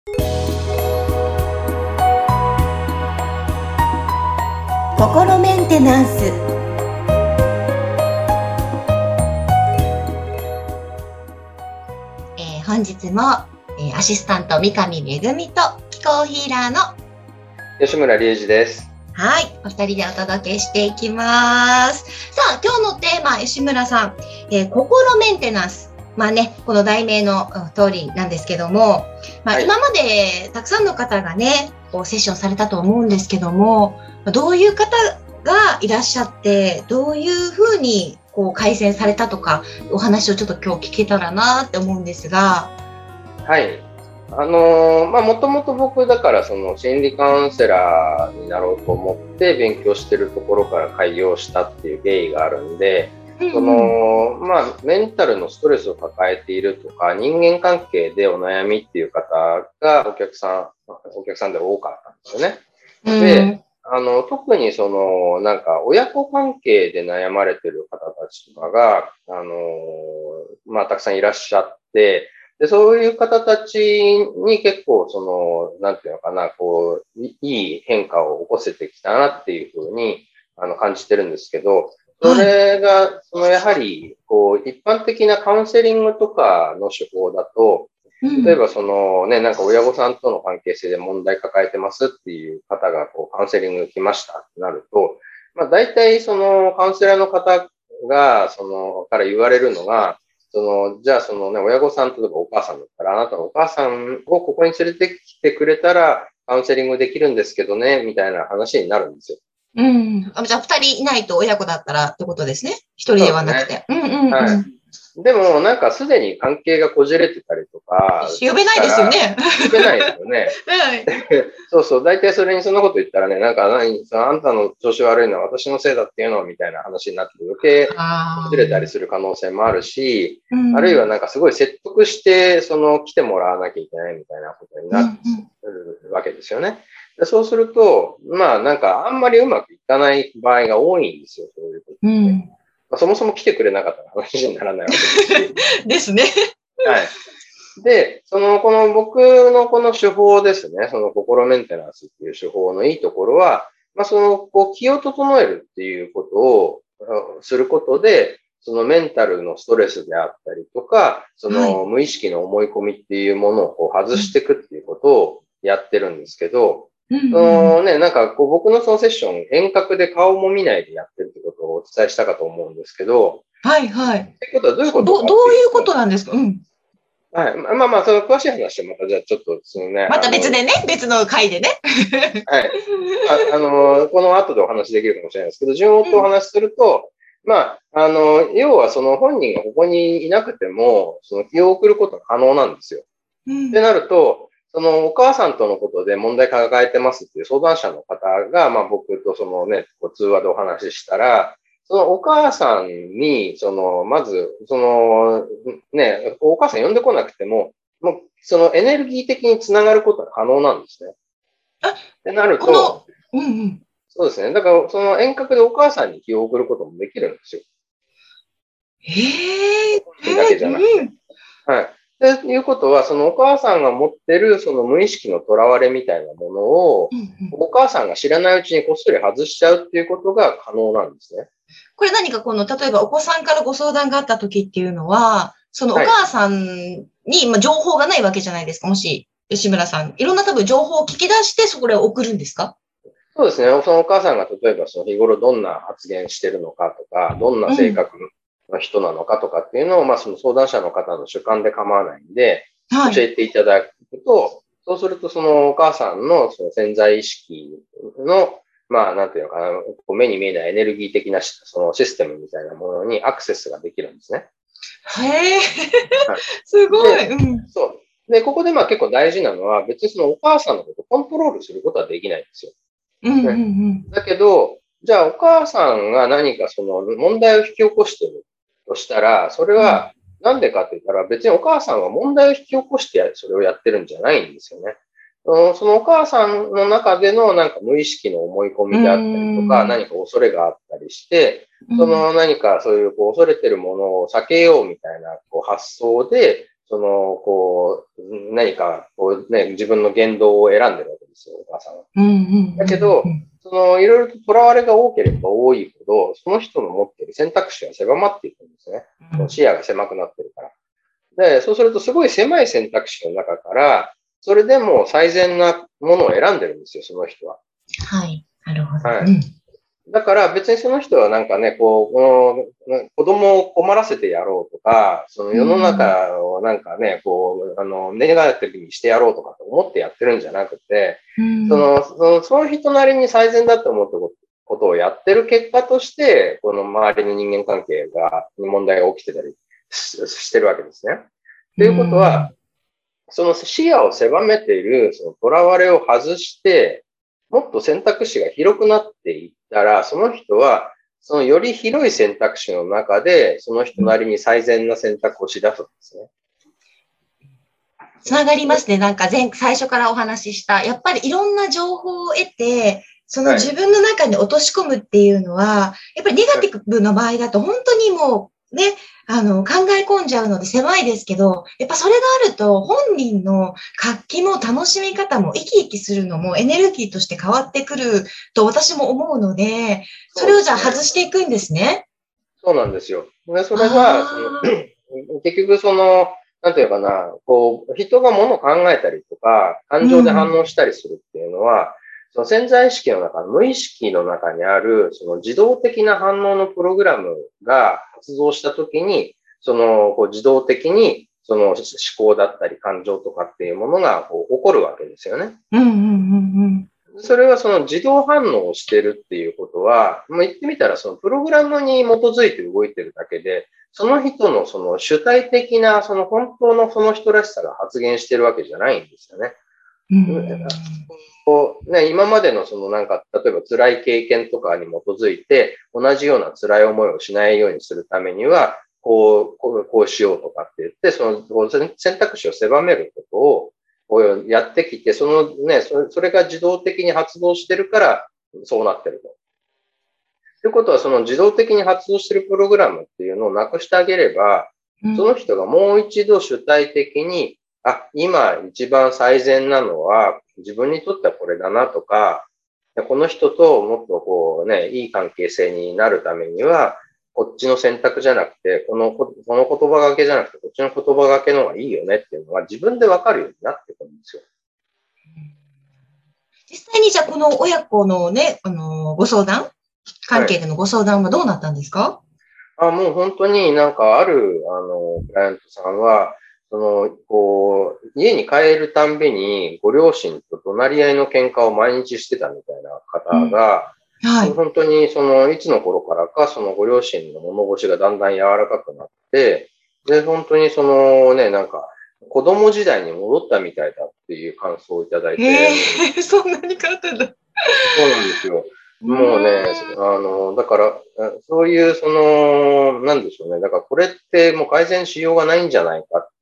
心メンテナンス。本日も、アシスタント三上恵と気候ヒーラーの吉村隆二です。 はい、お二人でお届けしていきます。さあ、今日のテーマ、吉村さん、心メンテナンス。まあね、この題名の通りなんですけども、まあ、今までたくさんの方がね、こうセッションされたと思うんですけども、どういう方がいらっしゃって、どういうふうにこう改善されたとか、お話をちょっと今日聞けたらなって思うんですが。 はい。もともと僕だからその心理カウンセラーになろうと思って勉強してるところから開業したっていう経緯があるんで、メンタルのストレスを抱えているとか、人間関係でお悩みっていう方がお客さんで多かったんですよね。で、特にその、なんか親子関係で悩まれてる方たちとかが、たくさんいらっしゃって、で、そういう方たちに結構その、なんていうのかな、こう、いい変化を起こせてきたなっていうふうに、感じてるんですけど、それが、やはり、こう、一般的なカウンセリングとかの手法だと、例えばなんか親御さんとの関係性で問題抱えてますっていう方が、こう、カウンセリング来ましたってなると、大体カウンセラーの方が、から言われるのが、じゃあ親御さん、例えばお母さんだったら、あなたのお母さんをここに連れてきてくれたら、カウンセリングできるんですけどね、みたいな話になるんですよ。 じゃあ、二人いないと親子だったらってことですね。一人ではなくて。 はい。でも、なんかすでに関係がこじれてたりとか。 呼べないですよね。 呼べないですよね。はい。そうそう。大体それにそんなこと言ったらね、なんかあんたの調子悪いのは私のせいだっていうのみたいな話になって余計こじれたりする可能性もあるし、あるいはなんかすごい説得して、来てもらわなきゃいけないみたいなことになってるわけですよね。でそうすると、なんかあんまりうまくいかない場合が多いんですよ、そういうことって。そもそも来てくれなかったら話にならないわけですし。 ですね。 はい。で、僕のこの手法ですね、心メンテナンスっていう手法のいいところは、気を整えるっていうことをすることで、メンタルのストレスであったりとか、無意識の思い込みっていうものをこう外していくっていうことをやってるんですけど、なんか僕のそのセッション、遠隔で顔も見ないでやってるってことをお伝えしたかと思うんですけど、 はいはい。 ってことはどういうことかどういうことなんですか？ はい。その詳しい話はまた、じゃあちょっとまた別でね、別の回でね。 はい。この後でお話できるかもしれないですけど、順を追ってお話しすると、要はその本人がここにいなくても、気を送ることが可能なんですよ。ってなると、お母さんとのことで問題抱えてますっていう相談者の方が、僕と通話でお話ししたら、お母さんに、まず、お母さん呼んでこなくても、もう、エネルギー的につながることが可能なんですね。ってなると、そうですね。だから、遠隔でお母さんに気を送ることもできるんですよ。だけじゃなくて。はい。ということは、お母さんが持ってる無意識のとらわれみたいなものを、お母さんが知らないうちにこっそり外しちゃうっていうことが可能なんですね。 これ何か例えばお子さんからご相談があった時っていうのは、そのお母さんに、情報がないわけじゃないですか。もし、吉村さん、いろんな多分情報を聞き出して、そこで送るんですか？ そうですね。そのお母さんが例えば日頃どんな発言してるのかとか、どんな性格の人なのかとかっていうのを、その相談者の方の主観で構わないんで、教えていただくと、そうするとお母さんの潜在意識の、なんていうのかな、目に見えないエネルギー的なシステムみたいなものにアクセスができるんですね。 へー、すごい。 そう。で、ここで結構大事なのは、別にお母さんのことをコントロールすることはできないんですよ。だけど、じゃあお母さんが何か問題を引き起こしてるとしたら、それはなんでかって言ったら、別にお母さんは問題を引き起こしてそれをやってるんじゃないんですよね。そのお母さんの中でのなんか無意識の思い込みであったりとか、何か恐れがあったりして、何かそういう恐れてるものを避けようみたいな発想で、 何か、自分の言動を選んでるわけですよ、お母さんは。だけど、いろいろと囚われが多ければ多いほど、その人の持っている選択肢が狭まっていくんですね。視野が狭くなってるから。で、そうするとすごい狭い選択肢の中から、それでも最善なものを選んでるんですよ、その人は。 はい。なるほど。 はい。だから別にその人はなんかね、子供を困らせてやろうとか、その世の中をなんかね、ネガティブにしてやろうとかと思ってやってるんじゃなくて、その人なりに最善だと思ったことをやってる結果として、この周りの人間関係に問題が起きてたりしてるわけですね。ということは、その視野を狭めている、その囚われを外して、もっと選択肢が広くなっていったら、その人は、そのより広い選択肢の中で、その人なりに最善な選択をし出すんですね。 つながりますね。なんか最初からお話しした、やっぱりいろんな情報を得て、その自分の中に落とし込むっていうのは、やっぱりネガティブの場合だと本当にもうね、考え込んじゃうので狭いですけど、やっぱそれがあると本人の活気も楽しみ方も生き生きするのもエネルギーとして変わってくると私も思うので、それをじゃあ外していくんですね。 そうなんですよ。でそれが、結局なんていうかな、人が物を考えたりとか、感情で反応したりするっていうのは、その潜在意識の中、無意識の中にある、その自動的な反応のプログラムが発動したときに、自動的に、思考だったり感情とかっていうものが起こるわけですよね。それはその自動反応をしてるっていうことは、言ってみたらそのプログラムに基づいて動いてるだけで、その人のその主体的な、その本当のその人らしさが発現してるわけじゃないんですよね。今までの例えば辛い経験とかに基づいて、同じような辛い思いをしないようにするためには、こうしようとかって言って、選択肢を狭めることをやってきて、それが自動的に発動してるから、そうなってると。ということは、その自動的に発動してるプログラムっていうのをなくしてあげれば、その人がもう一度主体的に、今一番最善なのは自分にとってはこれだなとか、この人ともっといい関係性になるためには、こっちの選択じゃなくて、この言葉がけじゃなくて、こっちの言葉がけの方がいいよねっていうのは自分でわかるようになってくるんですよ。 実際にじゃあこの親子のね、ご相談関係でのご相談はどうなったんですか？ もう本当になんかある、クライアントさんは、家に帰るたんびにご両親と怒鳴り合いの喧嘩を毎日してたみたいな方が、本当にいつの頃からかご両親の物腰がだんだん柔らかくなって、で、本当になんか子供時代に戻ったみたいだっていう感想をいただいて。 そんなに変わったんだ。 そうなんですよ。もうね、だから、そういう、なんでしょうね。だからこれってもう改善しようがないんじゃないかって、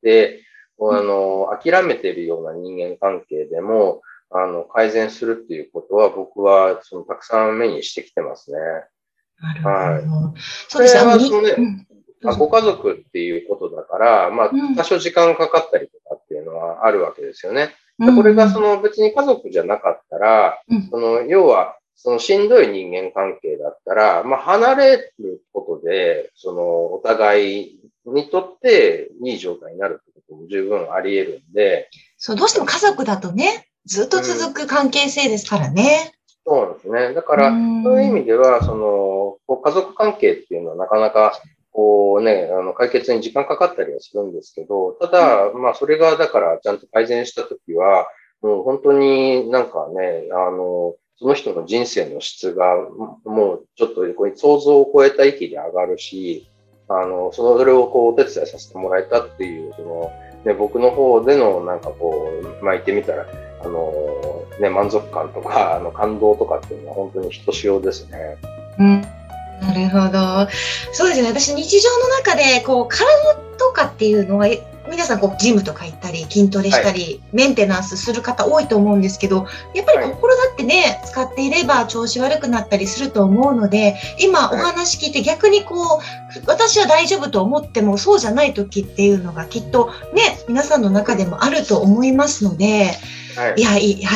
諦めているような人間関係でも、改善するっていうことは僕は、たくさん目にしてきてますね。 なるほど。 そうですね。ご家族っていうことだから、多少時間かかったりとかっていうのはあるわけですよね。これが別に家族じゃなかったら、要は、しんどい人間関係だったら、離れることで、お互いにとっていい状態になるってことも十分あり得るんで。 そう、どうしても家族だとね、ずっと続く関係性ですからね。 そうですね。だから、そういう意味では、家族関係っていうのはなかなか、解決に時間かかったりはするんですけど、ただ、それが、だから、ちゃんと改善したときは、もう本当になんかね、その人の人生の質が、もうちょっと想像を超えた域で上がるし、それをお手伝いさせてもらえたっていう、僕の方でのなんか言ってみたら、満足感とか、感動とかっていうのは本当にひとしおですね。 なるほど。そうですね。私、日常の中で、体とかっていうのは、 皆さんこうジムとか行ったり筋トレしたり、メンテナンスする方多いと思うんですけど、やっぱり心だってね、使っていれば調子悪くなったりすると思うので、今お話聞いて逆にこう私は大丈夫と思ってもそうじゃない時っていうのがきっとね、皆さんの中でもあると思いますので、はい、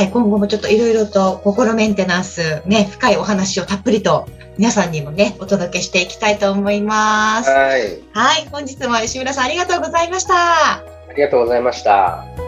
今後もちょっといろいろと心メンテナンスね、深いお話をたっぷりと皆さんにもね、お届けしていきたいと思います。はい、本日も吉村さんありがとうございました。 ありがとうございました。